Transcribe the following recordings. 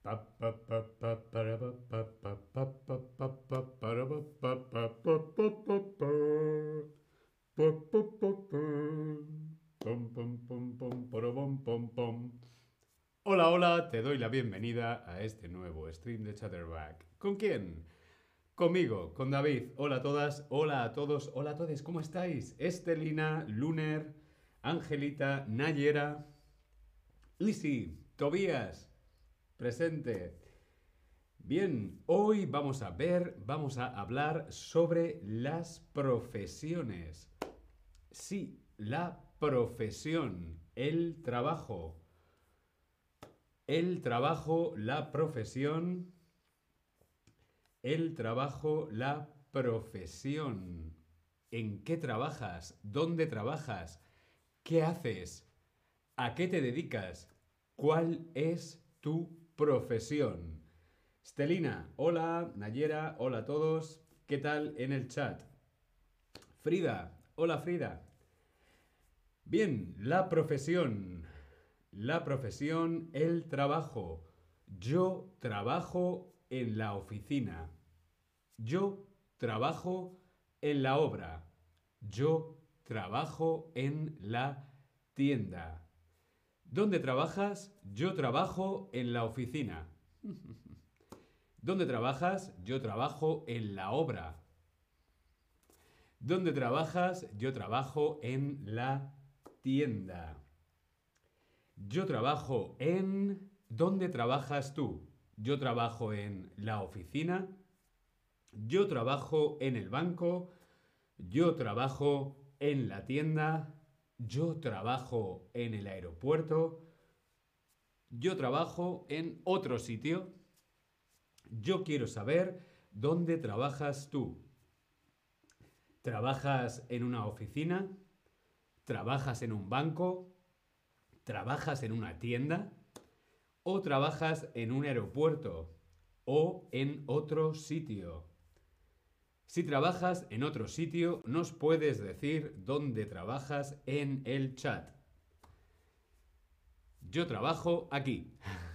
Hola, hola, te doy la bienvenida a este nuevo stream de Chatterback. ¿Con quién? Conmigo, con David. Hola a todas, hola a todos, hola a todos, ¿cómo estáis? Estelina, Luner, Angelita, Nayera, Lisi, Tobías, presente. Bien, hoy vamos a hablar sobre las profesiones. Sí, la profesión, la profesión, la profesión. ¿En qué trabajas? ¿Dónde trabajas? ¿Qué haces? ¿A qué te dedicas? ¿Cuál es tu profesión? Stelina, hola, Nayera, hola a todos. ¿Qué tal en el chat? Frida, hola Frida. Bien, la profesión. La profesión, el trabajo. Yo trabajo en la oficina. Yo trabajo en la obra. Yo trabajo en la tienda. ¿Dónde trabajas? Yo trabajo en la oficina. ¿Dónde trabajas? Yo trabajo en la obra. ¿Dónde trabajas? Yo trabajo en la tienda. Yo trabajo en... ¿Dónde trabajas tú? Yo trabajo en la oficina. Yo trabajo en el banco. Yo trabajo en la tienda. Yo trabajo en el aeropuerto. Yo trabajo en otro sitio. Yo quiero saber dónde trabajas tú. ¿Trabajas en una oficina? ¿Trabajas en un banco? ¿Trabajas en una tienda? ¿O trabajas en un aeropuerto? ¿O en otro sitio? Si trabajas en otro sitio, nos puedes decir dónde trabajas en el chat. Yo trabajo aquí.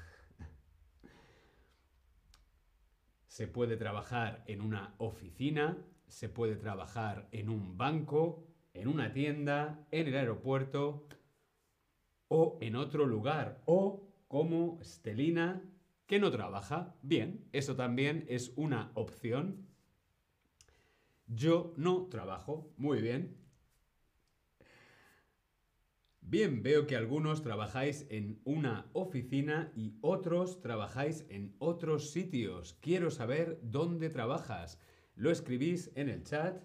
Se puede trabajar en una oficina, se puede trabajar en un banco, en una tienda, en el aeropuerto o en otro lugar. O como Stelina, que no trabaja. Bien, eso también es una opción. Yo no trabajo. Muy bien. Bien, veo que algunos trabajáis en una oficina y otros trabajáis en otros sitios. Quiero saber dónde trabajas. Lo escribís en el chat.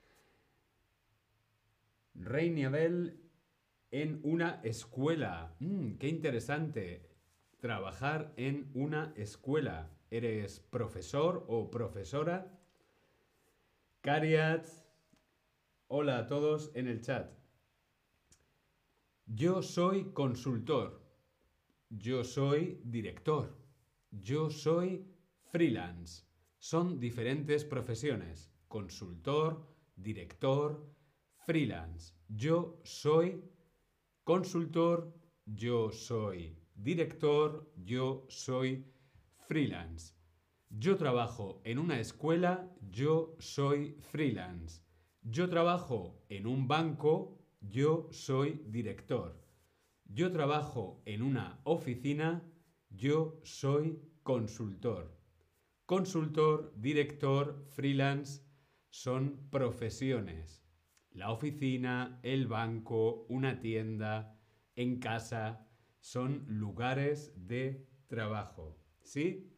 Reiniabel en una escuela. Qué interesante. Trabajar en una escuela. ¿Eres profesor o profesora? Cariat. Hola a todos en el chat. Yo soy consultor. Yo soy director. Yo soy freelance. Son diferentes profesiones. Consultor, director, freelance. Yo soy consultor, yo soy director, yo soy freelance. Yo trabajo en una escuela, yo soy freelance. Yo trabajo en un banco, yo soy director. Yo trabajo en una oficina, yo soy consultor. Consultor, director, freelance son profesiones. La oficina, el banco, una tienda, en casa, son lugares de trabajo. ¿Sí?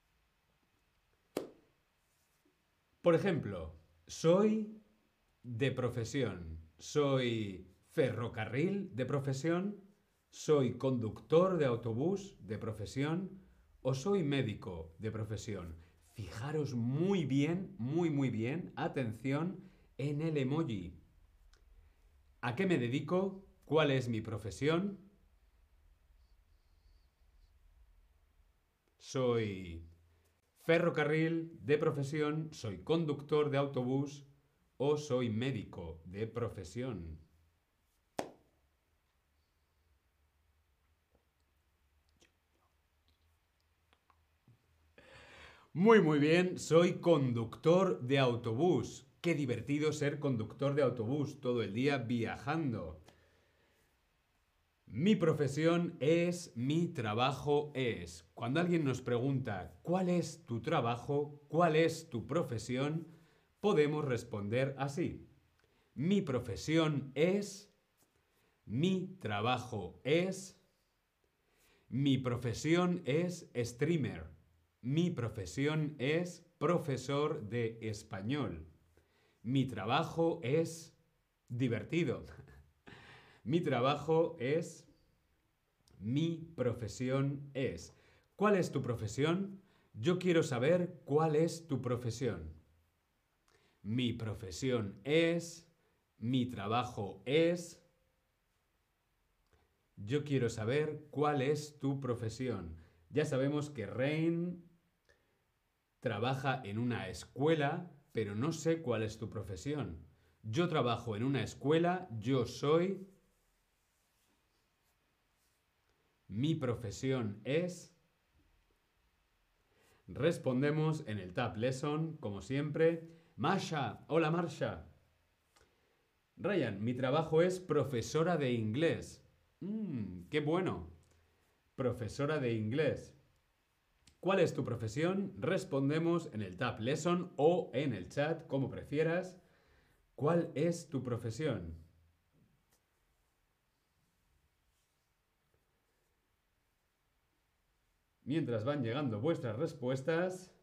Por ejemplo, soy de profesión. Soy ferrocarril de profesión. Soy conductor de autobús de profesión. O soy médico de profesión. Fijaros muy bien, muy bien, atención en el emoji. ¿A qué me dedico? ¿Cuál es mi profesión? Soy ferrocarril de profesión, soy conductor de autobús o soy médico de profesión. Muy bien, soy conductor de autobús. Qué divertido ser conductor de autobús todo el día viajando. Mi profesión es, mi trabajo es. Cuando alguien nos pregunta ¿cuál es tu trabajo? ¿Cuál es tu profesión? Podemos responder así. Mi profesión es, mi trabajo es, mi profesión es streamer. Mi profesión es profesor de español. Mi trabajo es divertido. Mi trabajo es, mi profesión es. ¿Cuál es tu profesión? Yo quiero saber cuál es tu profesión. Mi profesión es, mi trabajo es. Yo quiero saber cuál es tu profesión. Ya sabemos que Rain trabaja en una escuela, pero no sé cuál es tu profesión. Yo trabajo en una escuela, yo soy. Mi profesión es. Respondemos en el Tab Lesson, como siempre. Marsha, hola Marsha. Ryan, mi trabajo es profesora de inglés. Qué bueno. Profesora de inglés. ¿Cuál es tu profesión? Respondemos en el Tab Lesson o en el chat, como prefieras. ¿Cuál es tu profesión? Mientras van llegando vuestras respuestas,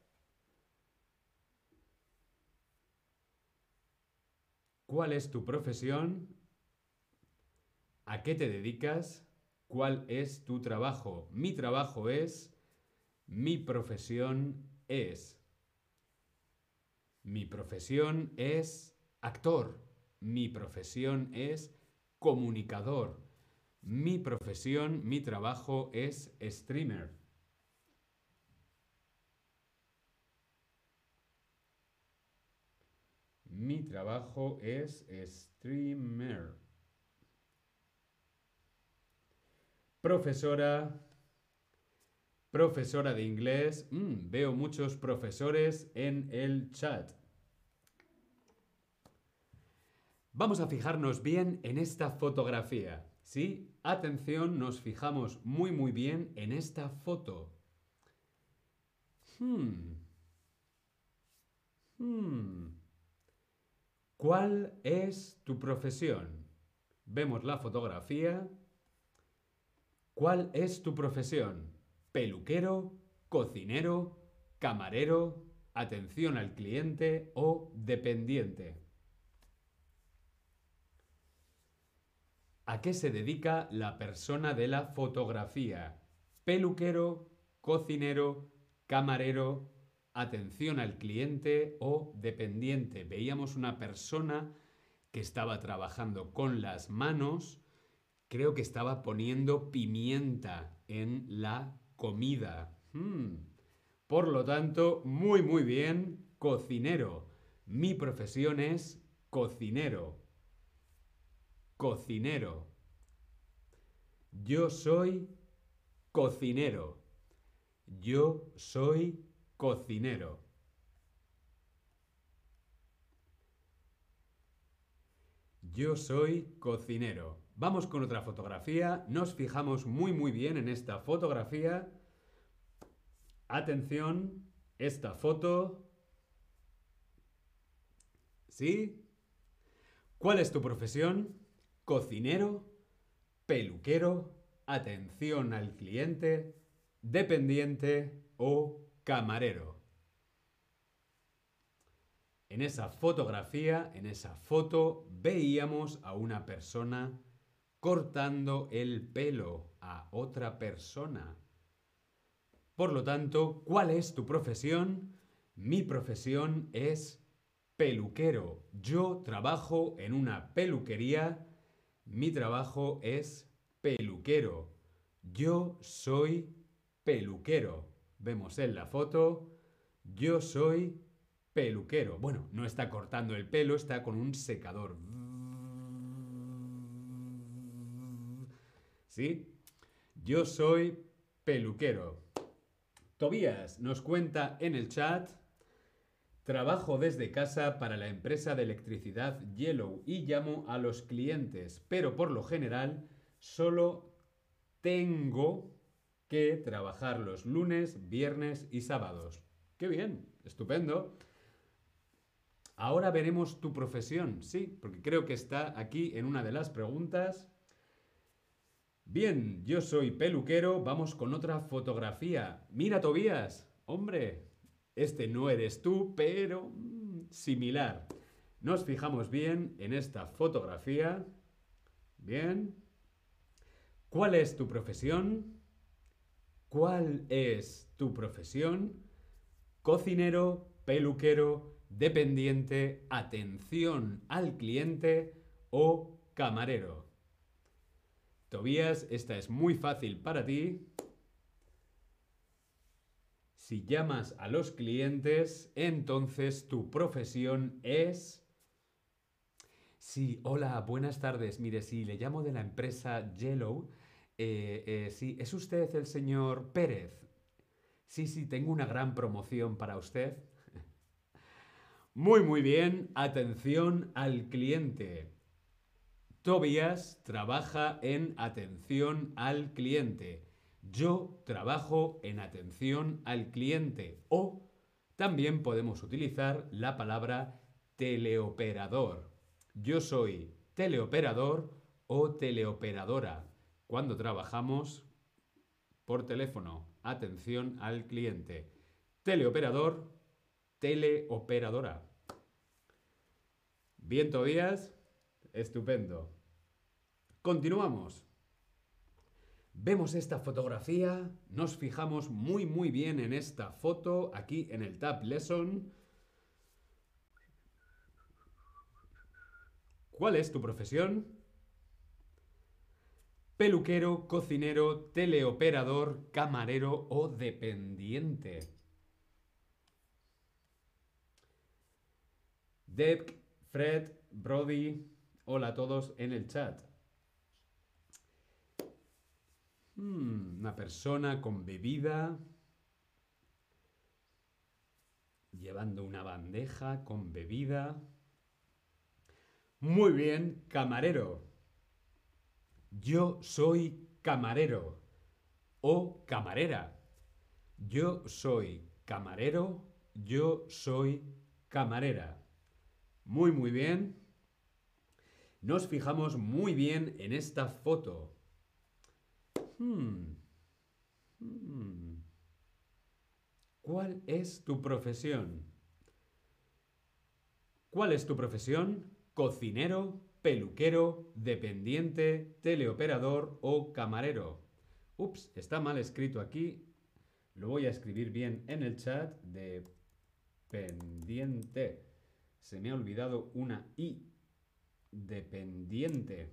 ¿cuál es tu profesión? ¿A qué te dedicas? ¿Cuál es tu trabajo? Mi trabajo es, mi profesión es. Mi profesión es actor. Mi profesión es comunicador. Mi profesión, mi trabajo es streamer. Mi trabajo es streamer. Profesora, profesora de inglés. Veo muchos profesores en el chat. Vamos a fijarnos bien en esta fotografía. ¿Sí? Atención, nos fijamos muy bien en esta foto. Hmm. Hmm. ¿Cuál es tu profesión? Vemos la fotografía. ¿Cuál es tu profesión? ¿Peluquero, cocinero, camarero, atención al cliente o dependiente? ¿A qué se dedica la persona de la fotografía? ¿Peluquero, cocinero, camarero, atención al cliente o dependiente? Veíamos una persona que estaba trabajando con las manos. Creo que estaba poniendo pimienta en la comida. Por lo tanto, muy bien, cocinero. Mi profesión es cocinero. Cocinero. Yo soy cocinero. Yo soy cocinero. Yo soy cocinero. Vamos con otra fotografía. Nos fijamos muy bien en esta fotografía. Atención, esta foto. ¿Sí? ¿Cuál es tu profesión? Cocinero, peluquero, atención al cliente, dependiente o camarero. En esa fotografía, en esa foto, veíamos a una persona cortando el pelo a otra persona. Por lo tanto, ¿cuál es tu profesión? Mi profesión es peluquero. Yo trabajo en una peluquería. Mi trabajo es peluquero. Yo soy peluquero. Vemos en la foto. Yo soy peluquero. Bueno, no está cortando el pelo, está con un secador. ¿Sí? Yo soy peluquero. Tobías nos cuenta en el chat, trabajo desde casa para la empresa de electricidad Yellow y llamo a los clientes, pero por lo general solo tengo que trabajar los lunes, viernes y sábados. ¡Qué bien! Estupendo. Ahora veremos tu profesión, sí, porque creo que está aquí en una de las preguntas. Bien, yo soy peluquero, vamos con otra fotografía. Mira, Tobías, hombre, este no eres tú, pero similar. Nos fijamos bien en esta fotografía. Bien. ¿Cuál es tu profesión? ¿Cuál es tu profesión? Cocinero, peluquero, dependiente, atención al cliente o camarero. Tobías, esta es muy fácil para ti. Si llamas a los clientes, entonces tu profesión es... Sí, hola, buenas tardes. Mire, sí, le llamo de la empresa Yellow. Sí, ¿es usted el señor Pérez? Sí, sí, tengo una gran promoción para usted. Muy, muy bien. Atención al cliente. Tobías trabaja en atención al cliente. Yo trabajo en atención al cliente. O también podemos utilizar la palabra teleoperador. Yo soy teleoperador o teleoperadora cuando trabajamos por teléfono. Atención al cliente. Teleoperador, teleoperadora. Bien, Tobías. Estupendo. Continuamos. Vemos esta fotografía, nos fijamos muy muy bien en esta foto, aquí en el Tab Lesson. ¿Cuál es tu profesión? Peluquero, cocinero, teleoperador, camarero o dependiente. Deb, Fred, Brody, hola a todos en el chat. Una persona con bebida, llevando una bandeja con bebida. Muy bien, camarero. Yo soy camarero o camarera. Yo soy camarero, yo soy camarera. Muy, muy bien. Nos fijamos muy bien en esta foto. ¿Cuál es tu profesión? ¿Cuál es tu profesión? ¿Cocinero, peluquero, dependiente, teleoperador o camarero? Ups, está mal escrito aquí. Lo voy a escribir bien en el chat. Dependiente. Se me ha olvidado una I. Dependiente.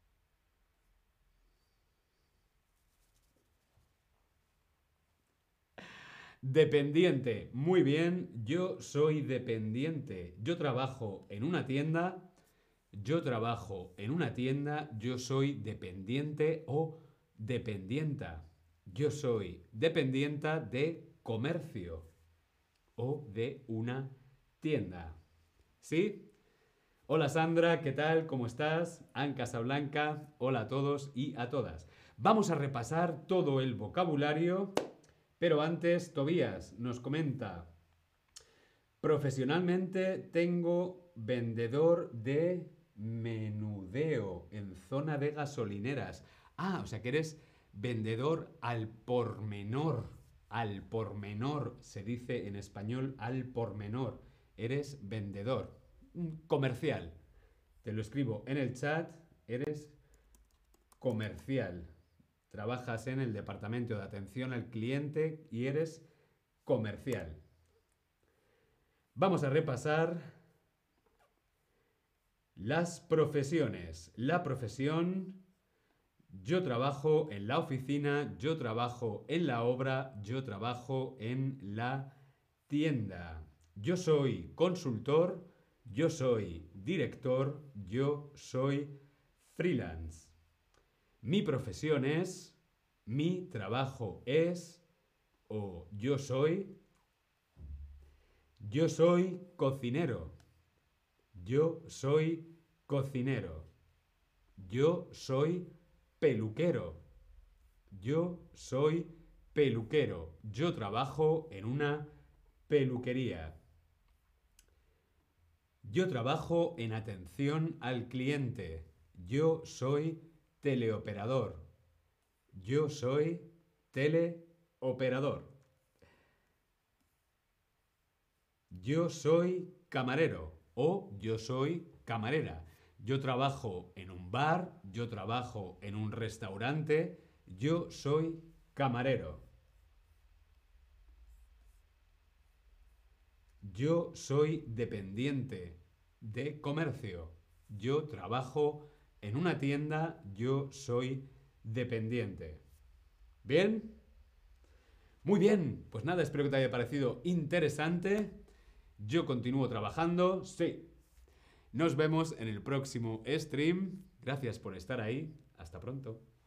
Dependiente. Muy bien, yo soy dependiente. Yo trabajo en una tienda. Yo trabajo en una tienda. Yo soy dependiente o dependienta. Yo soy dependienta de comercio o de una tienda. ¿Sí? Hola Sandra, ¿qué tal? ¿Cómo estás? Anne Casablanca, hola a todos y a todas. Vamos a repasar todo el vocabulario, pero antes Tobías nos comenta, profesionalmente tengo vendedor de menudeo en zona de gasolineras. Ah, o sea que eres vendedor al por menor. Al por menor se dice en español al por menor. Eres vendedor. Comercial. Te lo escribo en el chat. Eres comercial. Trabajas en el departamento de atención al cliente y eres comercial. Vamos a repasar las profesiones. La profesión, yo trabajo en la oficina, yo trabajo en la obra, yo trabajo en la tienda. Yo soy consultor, yo soy director, yo soy freelance. Mi profesión es, mi trabajo es o yo soy cocinero. Yo soy cocinero. Yo soy peluquero. Yo soy peluquero. Yo trabajo en una peluquería. Yo trabajo en atención al cliente. Yo soy teleoperador. Yo soy teleoperador. Yo soy camarero o yo soy camarera. Yo trabajo en un bar, yo trabajo en un restaurante, yo soy camarero. Yo soy dependiente de comercio. Yo trabajo en una tienda, yo soy dependiente. ¿Bien? Muy bien, pues nada, espero que te haya parecido interesante. Yo continúo trabajando, sí. Nos vemos en el próximo stream. Gracias por estar ahí. Hasta pronto.